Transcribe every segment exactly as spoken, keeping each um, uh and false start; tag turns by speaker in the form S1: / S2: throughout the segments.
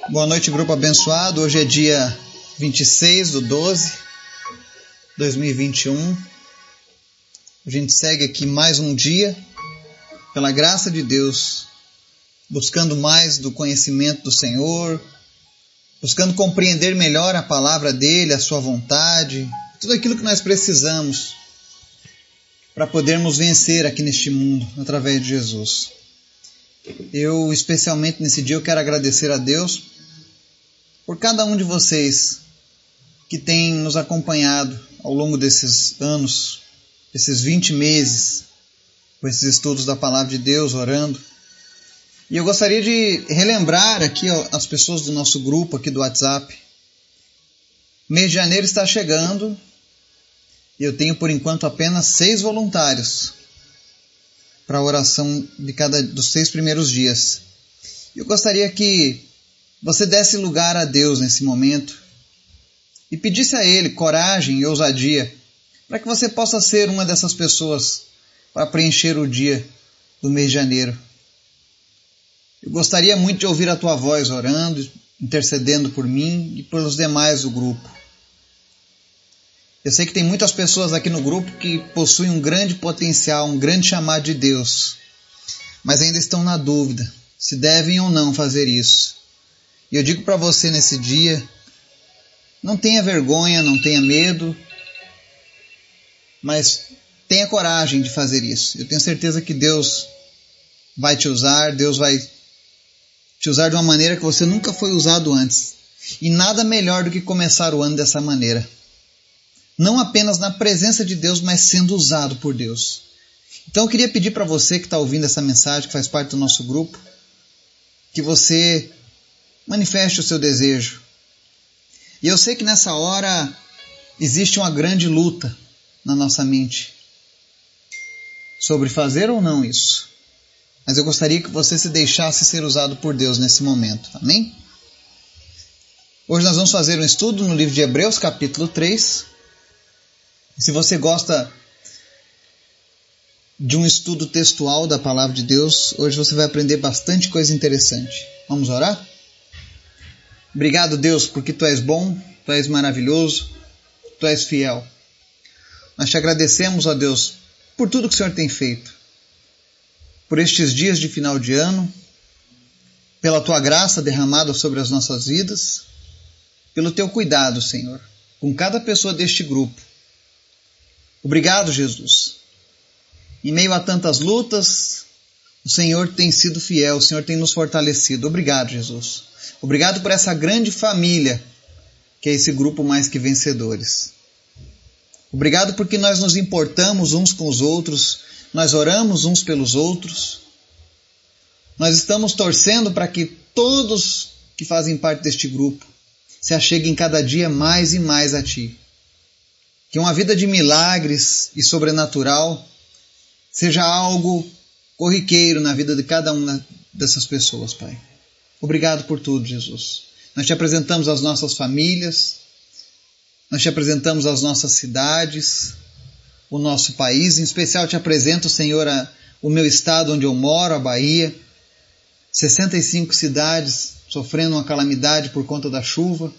S1: Boa noite, grupo abençoado. Hoje é dia vinte e seis de doze de dois mil e vinte e um. A gente segue aqui mais um dia, pela graça de Deus, buscando mais do conhecimento do Senhor, buscando compreender melhor a palavra dEle, a sua vontade, tudo aquilo que nós precisamos para podermos vencer aqui neste mundo, através de Jesus. Eu, especialmente nesse dia, eu quero agradecer a Deus por cada um de vocês que tem nos acompanhado ao longo desses anos, esses vinte meses, com esses estudos da Palavra de Deus, orando. E eu gostaria de relembrar aqui ó, as pessoas do nosso grupo aqui do WhatsApp. Mês de janeiro está chegando e eu tenho por enquanto apenas seis voluntários para a oração de cada dos seis primeiros dias. Eu gostaria que você desse lugar a Deus nesse momento e pedisse a Ele coragem e ousadia para que você possa ser uma dessas pessoas para preencher o dia do mês de janeiro. Eu gostaria muito de ouvir a tua voz orando, intercedendo por mim e pelos demais do grupo. Eu sei que tem muitas pessoas aqui no grupo que possuem um grande potencial, um grande chamado de Deus, mas ainda estão na dúvida se devem ou não fazer isso. E eu digo para você nesse dia, não tenha vergonha, não tenha medo, mas tenha coragem de fazer isso. Eu tenho certeza que Deus vai te usar, Deus vai te usar de uma maneira que você nunca foi usado antes. E nada melhor do que começar o ano dessa maneira. Não apenas na presença de Deus, mas sendo usado por Deus. Então eu queria pedir para você que está ouvindo essa mensagem, que faz parte do nosso grupo, que você manifeste o seu desejo. E eu sei que nessa hora existe uma grande luta na nossa mente sobre fazer ou não isso. Mas eu gostaria que você se deixasse ser usado por Deus nesse momento. Amém? Hoje nós vamos fazer um estudo no livro de Hebreus, capítulo três. Se você gosta de um estudo textual da palavra de Deus, hoje você vai aprender bastante coisa interessante. Vamos orar? Obrigado, Deus, porque Tu és bom, Tu és maravilhoso, Tu és fiel. Nós Te agradecemos, ó Deus, por tudo que o Senhor tem feito, por estes dias de final de ano, pela Tua graça derramada sobre as nossas vidas, pelo Teu cuidado, Senhor, com cada pessoa deste grupo. Obrigado, Jesus. Em meio a tantas lutas, o Senhor tem sido fiel, o Senhor tem nos fortalecido. Obrigado, Jesus. Obrigado por essa grande família, que é esse grupo Mais Que Vencedores. Obrigado porque nós nos importamos uns com os outros, nós oramos uns pelos outros. Nós estamos torcendo para que todos que fazem parte deste grupo se acheguem cada dia mais e mais a Ti. Que uma vida de milagres e sobrenatural seja algo corriqueiro na vida de cada uma dessas pessoas, Pai. Obrigado por tudo, Jesus. Nós Te apresentamos as nossas famílias, nós Te apresentamos as nossas cidades, o nosso país. Em especial Te apresento, Senhor, a, o meu estado onde eu moro, a Bahia. sessenta e cinco cidades sofrendo uma calamidade por conta da chuva.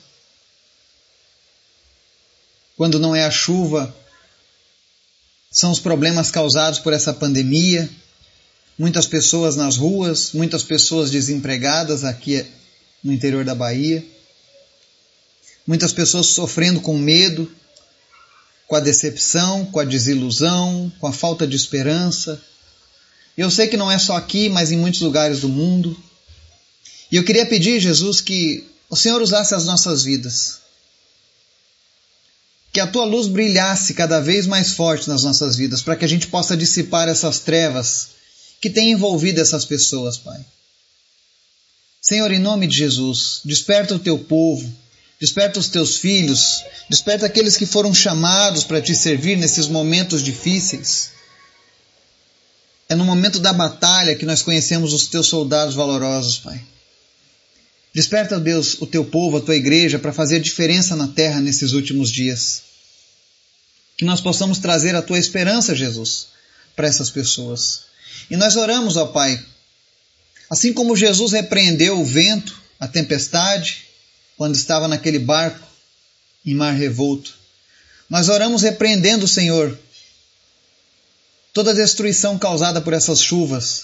S1: Quando não é a chuva, são os problemas causados por essa pandemia. Muitas pessoas nas ruas, muitas pessoas desempregadas aqui no interior da Bahia. Muitas pessoas sofrendo com medo, com a decepção, com a desilusão, com a falta de esperança. Eu sei que não é só aqui, mas em muitos lugares do mundo. E eu queria pedir, Jesus, que o Senhor usasse as nossas vidas. Que a Tua luz brilhasse cada vez mais forte nas nossas vidas, para que a gente possa dissipar essas trevas que têm envolvido essas pessoas, Pai. Senhor, em nome de Jesus, desperta o Teu povo, desperta os Teus filhos, desperta aqueles que foram chamados para Te servir nesses momentos difíceis. É no momento da batalha que nós conhecemos os Teus soldados valorosos, Pai. Desperta, Deus, o Teu povo, a Tua igreja, para fazer diferença na terra nesses últimos dias. Que nós possamos trazer a Tua esperança, Jesus, para essas pessoas. E nós oramos, ó Pai, assim como Jesus repreendeu o vento a tempestade, quando estava naquele barco em mar revolto. Nós oramos repreendendo, Senhor, toda a destruição causada por essas chuvas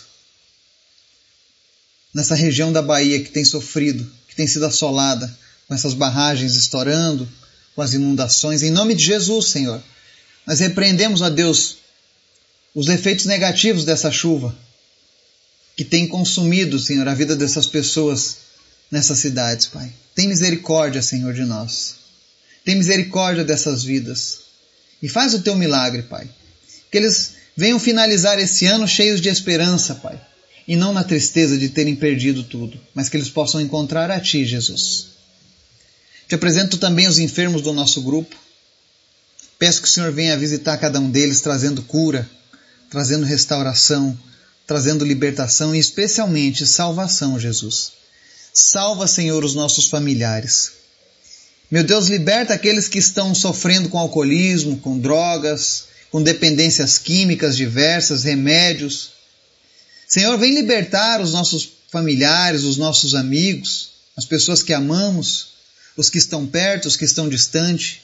S1: nessa região da Bahia que tem sofrido, que tem sido assolada com essas barragens estourando, com as inundações. Em nome de Jesus, Senhor, nós repreendemos, ó Deus, os efeitos negativos dessa chuva que tem consumido, Senhor, a vida dessas pessoas nessas cidades, Pai. Tem misericórdia, Senhor, de nós. Tem misericórdia dessas vidas. E faz o teu milagre, Pai. Que eles venham finalizar esse ano cheios de esperança, Pai. E não na tristeza de terem perdido tudo, mas que eles possam encontrar a Ti, Jesus. Te apresento também os enfermos do nosso grupo. Peço que o Senhor venha visitar cada um deles, trazendo cura, trazendo restauração, trazendo libertação e especialmente salvação, Jesus. Salva, Senhor, os nossos familiares. Meu Deus, liberta aqueles que estão sofrendo com alcoolismo, com drogas, com dependências químicas diversas, remédios. Senhor, vem libertar os nossos familiares, os nossos amigos, as pessoas que amamos, os que estão perto, os que estão distantes.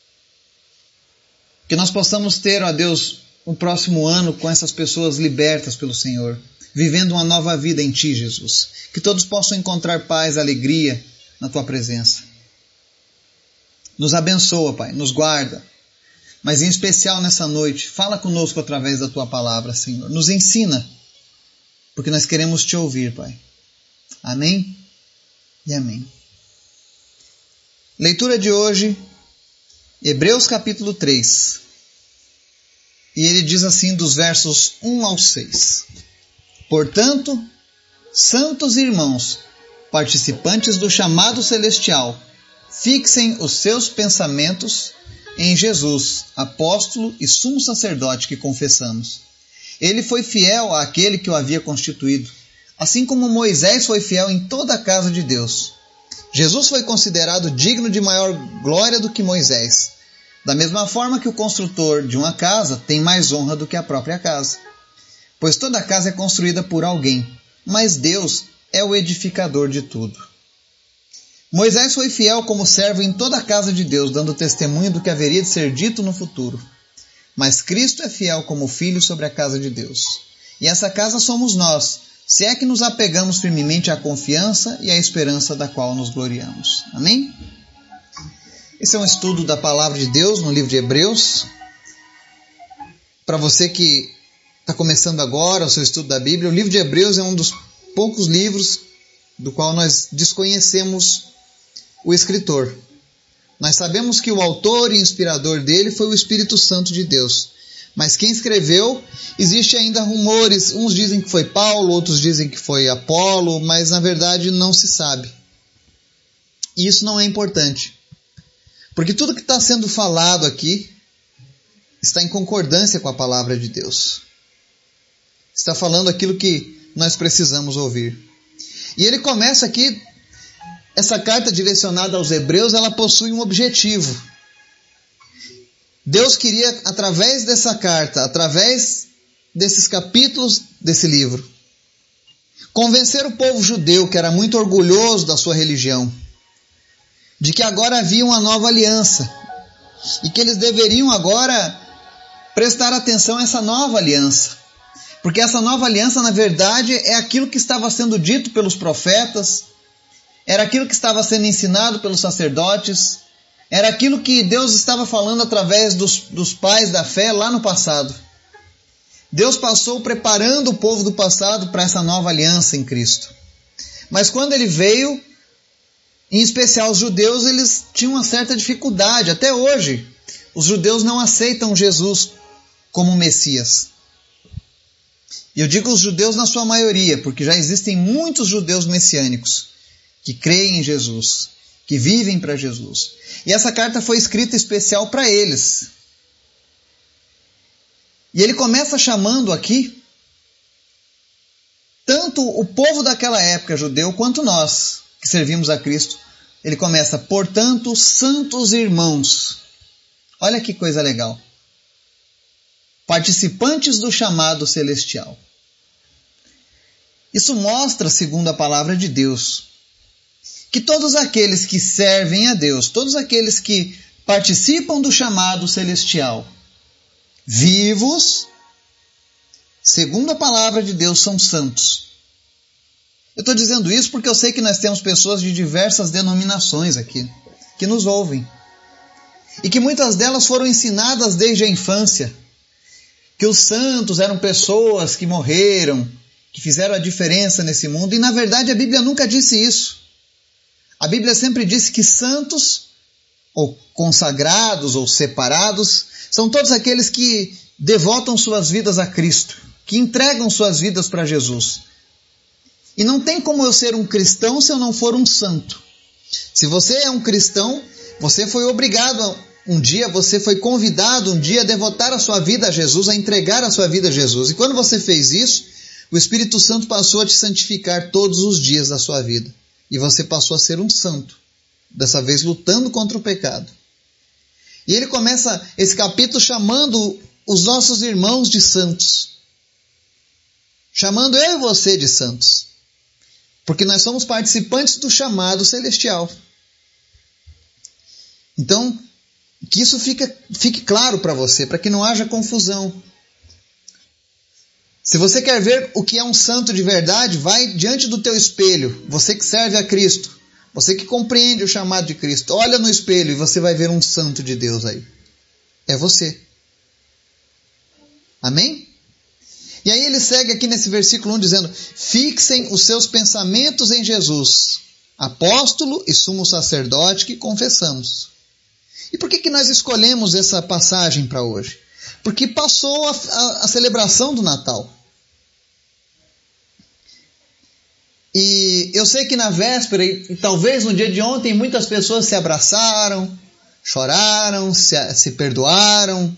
S1: Que nós possamos ter, ó Deus, um próximo ano com essas pessoas libertas pelo Senhor, vivendo uma nova vida em Ti, Jesus. Que todos possam encontrar paz, alegria na Tua presença. Nos abençoa, Pai, nos guarda. Mas em especial nessa noite, fala conosco através da Tua palavra, Senhor. Nos ensina, porque nós queremos Te ouvir, Pai. Amém e amém. Leitura de hoje, Hebreus capítulo três. E ele diz assim dos versos um ao seis. Portanto, santos irmãos, participantes do chamado celestial, fixem os seus pensamentos em Jesus, apóstolo e sumo sacerdote que confessamos. Ele foi fiel àquele que o havia constituído, assim como Moisés foi fiel em toda a casa de Deus. Jesus foi considerado digno de maior glória do que Moisés, da mesma forma que o construtor de uma casa tem mais honra do que a própria casa. Pois toda casa é construída por alguém, mas Deus é o edificador de tudo. Moisés foi fiel como servo em toda a casa de Deus, dando testemunho do que haveria de ser dito no futuro. Mas Cristo é fiel como filho sobre a casa de Deus. E essa casa somos nós, se é que nos apegamos firmemente à confiança e à esperança da qual nos gloriamos. Amém? Esse é um estudo da Palavra de Deus no livro de Hebreus. Para você que está começando agora o seu estudo da Bíblia, o livro de Hebreus é um dos poucos livros do qual nós desconhecemos o escritor. Nós sabemos que o autor e inspirador dele foi o Espírito Santo de Deus. Mas quem escreveu, existe ainda rumores. Uns dizem que foi Paulo, outros dizem que foi Apolo, mas na verdade não se sabe. E isso não é importante. Porque tudo que está sendo falado aqui está em concordância com a palavra de Deus. Está falando aquilo que nós precisamos ouvir. E ele começa aqui, essa carta direcionada aos hebreus, ela possui um objetivo. Deus queria, através dessa carta, através desses capítulos desse livro, convencer o povo judeu, que era muito orgulhoso da sua religião, de que agora havia uma nova aliança e que eles deveriam agora prestar atenção a essa nova aliança. Porque essa nova aliança, na verdade, é aquilo que estava sendo dito pelos profetas, era aquilo que estava sendo ensinado pelos sacerdotes, era aquilo que Deus estava falando através dos, dos pais da fé lá no passado. Deus passou preparando o povo do passado para essa nova aliança em Cristo. Mas quando ele veio, em especial os judeus, eles tinham uma certa dificuldade. Até hoje, os judeus não aceitam Jesus como Messias. E eu digo os judeus na sua maioria, porque já existem muitos judeus messiânicos que creem em Jesus, que vivem para Jesus. E essa carta foi escrita especial para eles. E ele começa chamando aqui tanto o povo daquela época judeu quanto nós, que servimos a Cristo. Ele começa, portanto, santos irmãos. Olha que coisa legal. Participantes do chamado celestial. Isso mostra, segundo a palavra de Deus, que todos aqueles que servem a Deus, todos aqueles que participam do chamado celestial, vivos, segundo a palavra de Deus, são santos. Eu estou dizendo isso porque eu sei que nós temos pessoas de diversas denominações aqui, que nos ouvem. E que muitas delas foram ensinadas desde a infância, que os santos eram pessoas que morreram, que fizeram a diferença nesse mundo. E na verdade a Bíblia nunca disse isso. A Bíblia sempre disse que santos, ou consagrados, ou separados, são todos aqueles que devotam suas vidas a Cristo, que entregam suas vidas para Jesus. E não tem como eu ser um cristão se eu não for um santo. Se você é um cristão, você foi obrigado, um dia, você foi convidado um dia a devotar a sua vida a Jesus, a entregar a sua vida a Jesus. E quando você fez isso, o Espírito Santo passou a te santificar todos os dias da sua vida. E você passou a ser um santo, dessa vez lutando contra o pecado. E ele começa esse capítulo chamando os nossos irmãos de santos. Chamando eu e você de santos. Porque nós somos participantes do chamado celestial. Então, que isso fique, fique claro para você, para que não haja confusão. Se você quer ver o que é um santo de verdade, vai diante do teu espelho. Você que serve a Cristo, você que compreende o chamado de Cristo, olha no espelho e você vai ver um santo de Deus aí. É você. Amém? E aí ele segue aqui nesse versículo um dizendo: fixem os seus pensamentos em Jesus, apóstolo e sumo sacerdote que confessamos. E por que, que nós escolhemos essa passagem para hoje? Porque passou a, a, a celebração do Natal. E eu sei que na véspera, e, e talvez no dia de ontem, muitas pessoas se abraçaram, choraram, se, se perdoaram,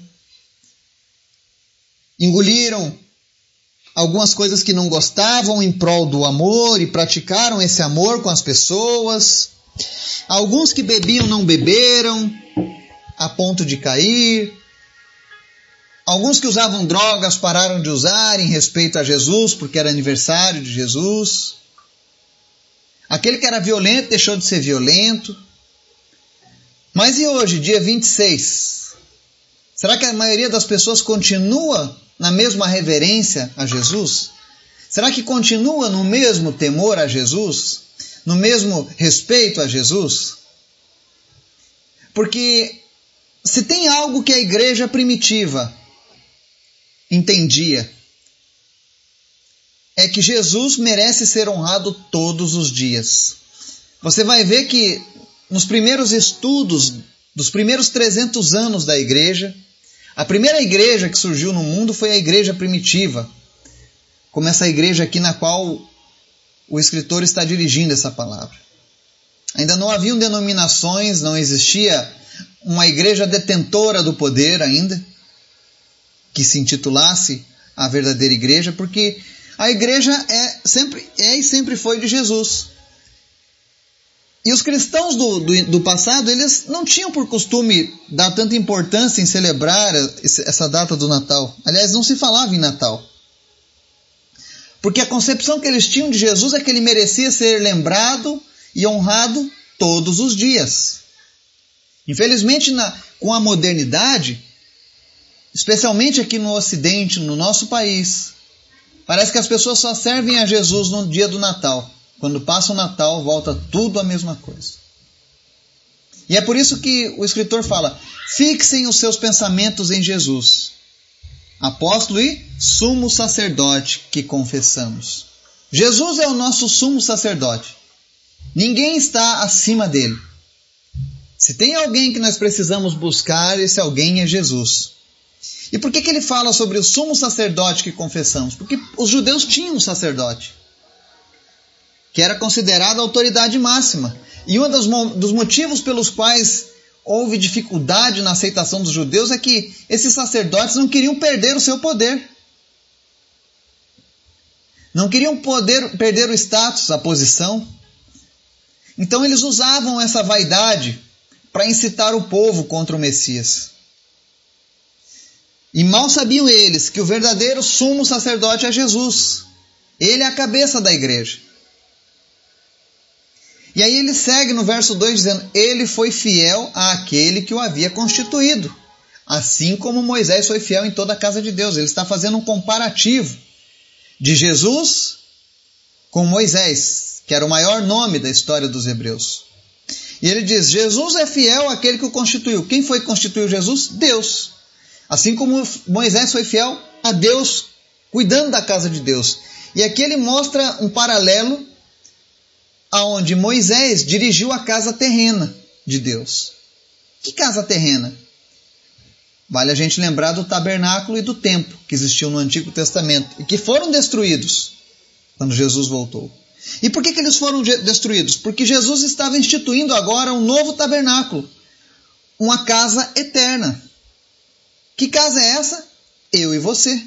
S1: engoliram algumas coisas que não gostavam em prol do amor e praticaram esse amor com as pessoas. Alguns que bebiam não beberam a ponto de cair. Alguns que usavam drogas pararam de usar em respeito a Jesus, porque era aniversário de Jesus. Aquele que era violento deixou de ser violento. Mas e hoje, dia vinte e seis? Será que a maioria das pessoas continua na mesma reverência a Jesus? Será que continua no mesmo temor a Jesus? No mesmo respeito a Jesus? Porque se tem algo que a igreja primitiva entendia, é que Jesus merece ser honrado todos os dias. Você vai ver que nos primeiros estudos dos primeiros trezentos anos da igreja, a primeira igreja que surgiu no mundo foi a igreja primitiva, como essa igreja aqui na qual o escritor está dirigindo essa palavra. Ainda não haviam denominações, não existia uma igreja detentora do poder ainda, que se intitulasse a verdadeira igreja, porque a igreja é, sempre, é e sempre foi de Jesus. E os cristãos do, do, do passado, eles não tinham por costume dar tanta importância em celebrar essa data do Natal. Aliás, não se falava em Natal. Porque a concepção que eles tinham de Jesus é que ele merecia ser lembrado e honrado todos os dias. Infelizmente, na, com a modernidade, especialmente aqui no Ocidente, no nosso país, parece que as pessoas só servem a Jesus no dia do Natal. Quando passa o Natal, volta tudo a mesma coisa. E é por isso que o escritor fala: fixem os seus pensamentos em Jesus, apóstolo e sumo sacerdote que confessamos. Jesus é o nosso sumo sacerdote. Ninguém está acima dele. Se tem alguém que nós precisamos buscar, esse alguém é Jesus. E por que que ele fala sobre o sumo sacerdote que confessamos? Porque os judeus tinham um sacerdote, que era considerado a autoridade máxima. E um dos, dos motivos pelos quais houve dificuldade na aceitação dos judeus é que esses sacerdotes não queriam perder o seu poder. Não queriam poder, perder o status, a posição. Então eles usavam essa vaidade para incitar o povo contra o Messias. E mal sabiam eles que o verdadeiro sumo sacerdote é Jesus. Ele é a cabeça da igreja. E aí ele segue no verso dois dizendo, ele foi fiel àquele que o havia constituído, assim como Moisés foi fiel em toda a casa de Deus. Ele está fazendo um comparativo de Jesus com Moisés, que era o maior nome da história dos hebreus. E ele diz, Jesus é fiel àquele que o constituiu. Quem foi que constituiu Jesus? Deus. Assim como Moisés foi fiel a Deus, cuidando da casa de Deus. E aqui ele mostra um paralelo aonde Moisés dirigiu a casa terrena de Deus. Que casa terrena? Vale a gente lembrar do tabernáculo e do templo que existiam no Antigo Testamento e que foram destruídos quando Jesus voltou. E por que, que eles foram destruídos? Porque Jesus estava instituindo agora um novo tabernáculo, uma casa eterna. Que casa é essa? Eu e você.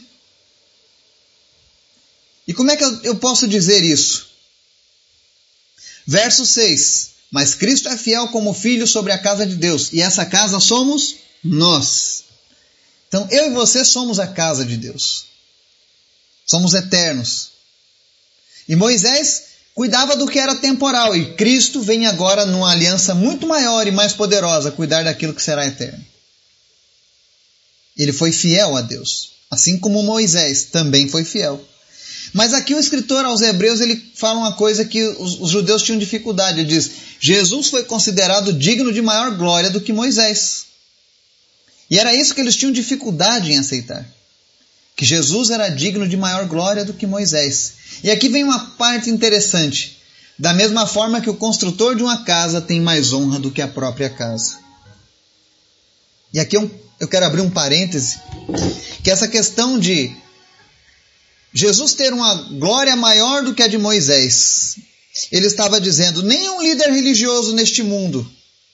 S1: E como é que eu, eu posso dizer isso? Verso seis. Mas Cristo é fiel como filho sobre a casa de Deus, e essa casa somos nós. Então eu e você somos a casa de Deus. Somos eternos. E Moisés cuidava do que era temporal, e Cristo vem agora numa aliança muito maior e mais poderosa, cuidar daquilo que será eterno. Ele foi fiel a Deus, assim como Moisés também foi fiel. Mas aqui o escritor aos Hebreus ele fala uma coisa que os, os judeus tinham dificuldade. Ele diz, Jesus foi considerado digno de maior glória do que Moisés. E era isso que eles tinham dificuldade em aceitar. Que Jesus era digno de maior glória do que Moisés. E aqui vem uma parte interessante. Da mesma forma que o construtor de uma casa tem mais honra do que a própria casa. E aqui eu, eu quero abrir um parêntese. Que essa questão de Jesus ter uma glória maior do que a de Moisés. Ele estava dizendo, nenhum líder religioso neste mundo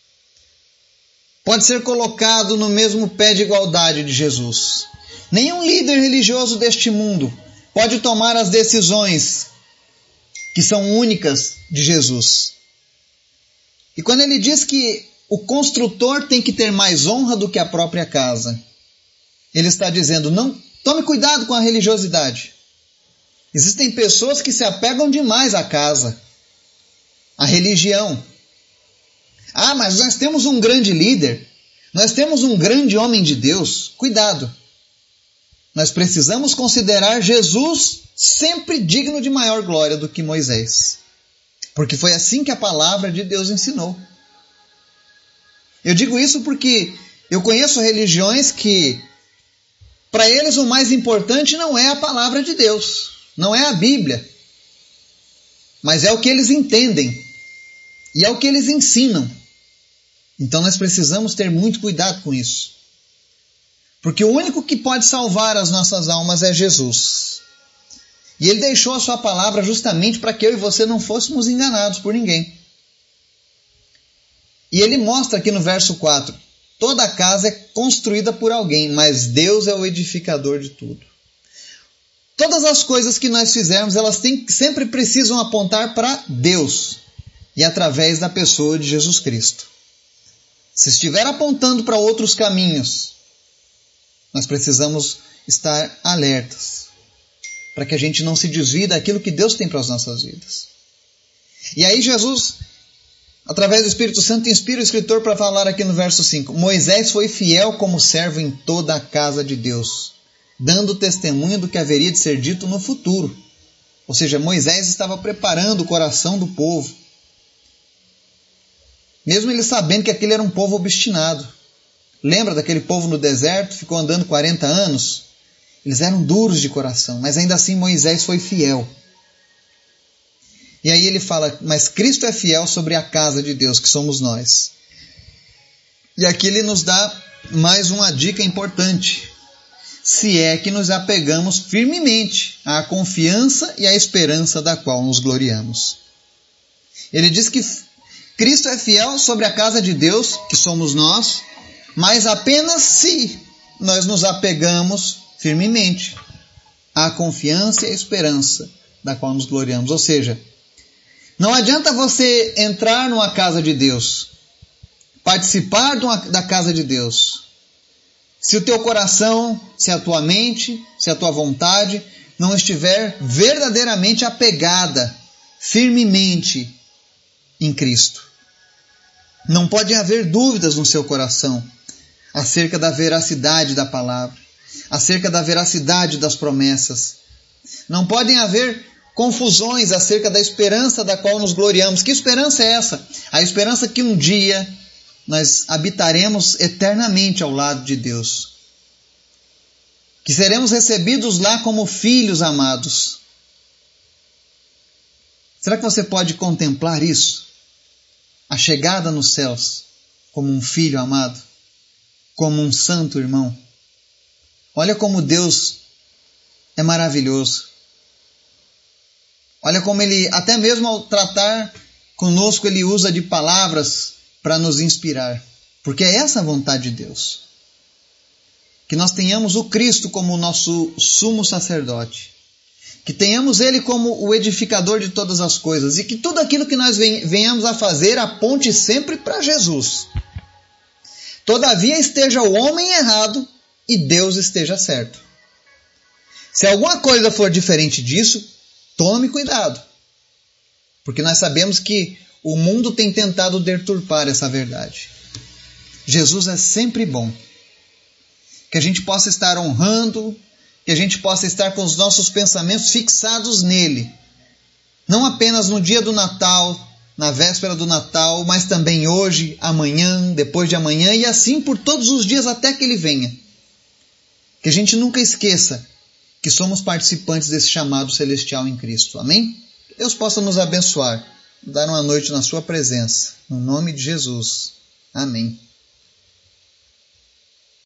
S1: pode ser colocado no mesmo pé de igualdade de Jesus. Nenhum líder religioso deste mundo pode tomar as decisões que são únicas de Jesus. E quando ele diz que o construtor tem que ter mais honra do que a própria casa, ele está dizendo, não, tome cuidado com a religiosidade. Existem pessoas que se apegam demais à casa, à religião. Ah, mas nós temos um grande líder, nós temos um grande homem de Deus. Cuidado. Nós precisamos considerar Jesus sempre digno de maior glória do que Moisés. Porque foi assim que a palavra de Deus ensinou. Eu digo isso porque eu conheço religiões que, para eles, o mais importante não é a palavra de Deus, não é a Bíblia, mas é o que eles entendem e é o que eles ensinam. Então nós precisamos ter muito cuidado com isso. Porque o único que pode salvar as nossas almas é Jesus. E Ele deixou a sua palavra justamente para que eu e você não fôssemos enganados por ninguém. E Ele mostra aqui no verso quatro, toda a casa é construída por alguém, mas Deus é o edificador de tudo. Todas as coisas que nós fizermos, elas têm, sempre precisam apontar para Deus e através da pessoa de Jesus Cristo. Se estiver apontando para outros caminhos, nós precisamos estar alertas para que a gente não se desvie daquilo que Deus tem para as nossas vidas. E aí Jesus, através do Espírito Santo, inspira o escritor para falar aqui no verso cinco. Moisés foi fiel como servo em toda a casa de Deus, dando testemunho do que haveria de ser dito no futuro. Ou seja, Moisés estava preparando o coração do povo. Mesmo ele sabendo que aquele era um povo obstinado. Lembra daquele povo no deserto? Ficou andando quarenta anos? Eles eram duros de coração, mas ainda assim Moisés foi fiel. E aí ele fala, mas Cristo é fiel sobre a casa de Deus, que somos nós. E aqui ele nos dá mais uma dica importante. Se é que nos apegamos firmemente à confiança e à esperança da qual nos gloriamos. Ele diz que Cristo é fiel sobre a casa de Deus, que somos nós, mas apenas se nós nos apegamos firmemente à confiança e à esperança da qual nos gloriamos. Ou seja, não adianta você entrar numa casa de Deus, participar de uma, da casa de Deus, se o teu coração, se a tua mente, se a tua vontade não estiver verdadeiramente apegada, firmemente em Cristo. Não pode haver dúvidas no seu coração acerca da veracidade da palavra, acerca da veracidade das promessas. Não podem haver confusões acerca da esperança da qual nos gloriamos. Que esperança é essa? A esperança que um dia nós habitaremos eternamente ao lado de Deus. Que seremos recebidos lá como filhos amados. Será que você pode contemplar isso? A chegada nos céus como um filho amado, como um santo irmão. Olha como Deus é maravilhoso. Olha como Ele, até mesmo ao tratar conosco, Ele usa de palavras para nos inspirar. Porque é essa a vontade de Deus. Que nós tenhamos o Cristo como o nosso sumo sacerdote. Que tenhamos Ele como o edificador de todas as coisas. E que tudo aquilo que nós venhamos a fazer aponte sempre para Jesus. Todavia esteja o homem errado e Deus esteja certo. Se alguma coisa for diferente disso, tome cuidado. Porque nós sabemos que o mundo tem tentado deturpar essa verdade. Jesus é sempre bom. Que a gente possa estar honrando, que a gente possa estar com os nossos pensamentos fixados nele. Não apenas no dia do Natal, na véspera do Natal, mas também hoje, amanhã, depois de amanhã e assim por todos os dias até que ele venha. Que a gente nunca esqueça que somos participantes desse chamado celestial em Cristo. Amém? Deus possa nos abençoar, dar uma noite na sua presença. No nome de Jesus. Amém.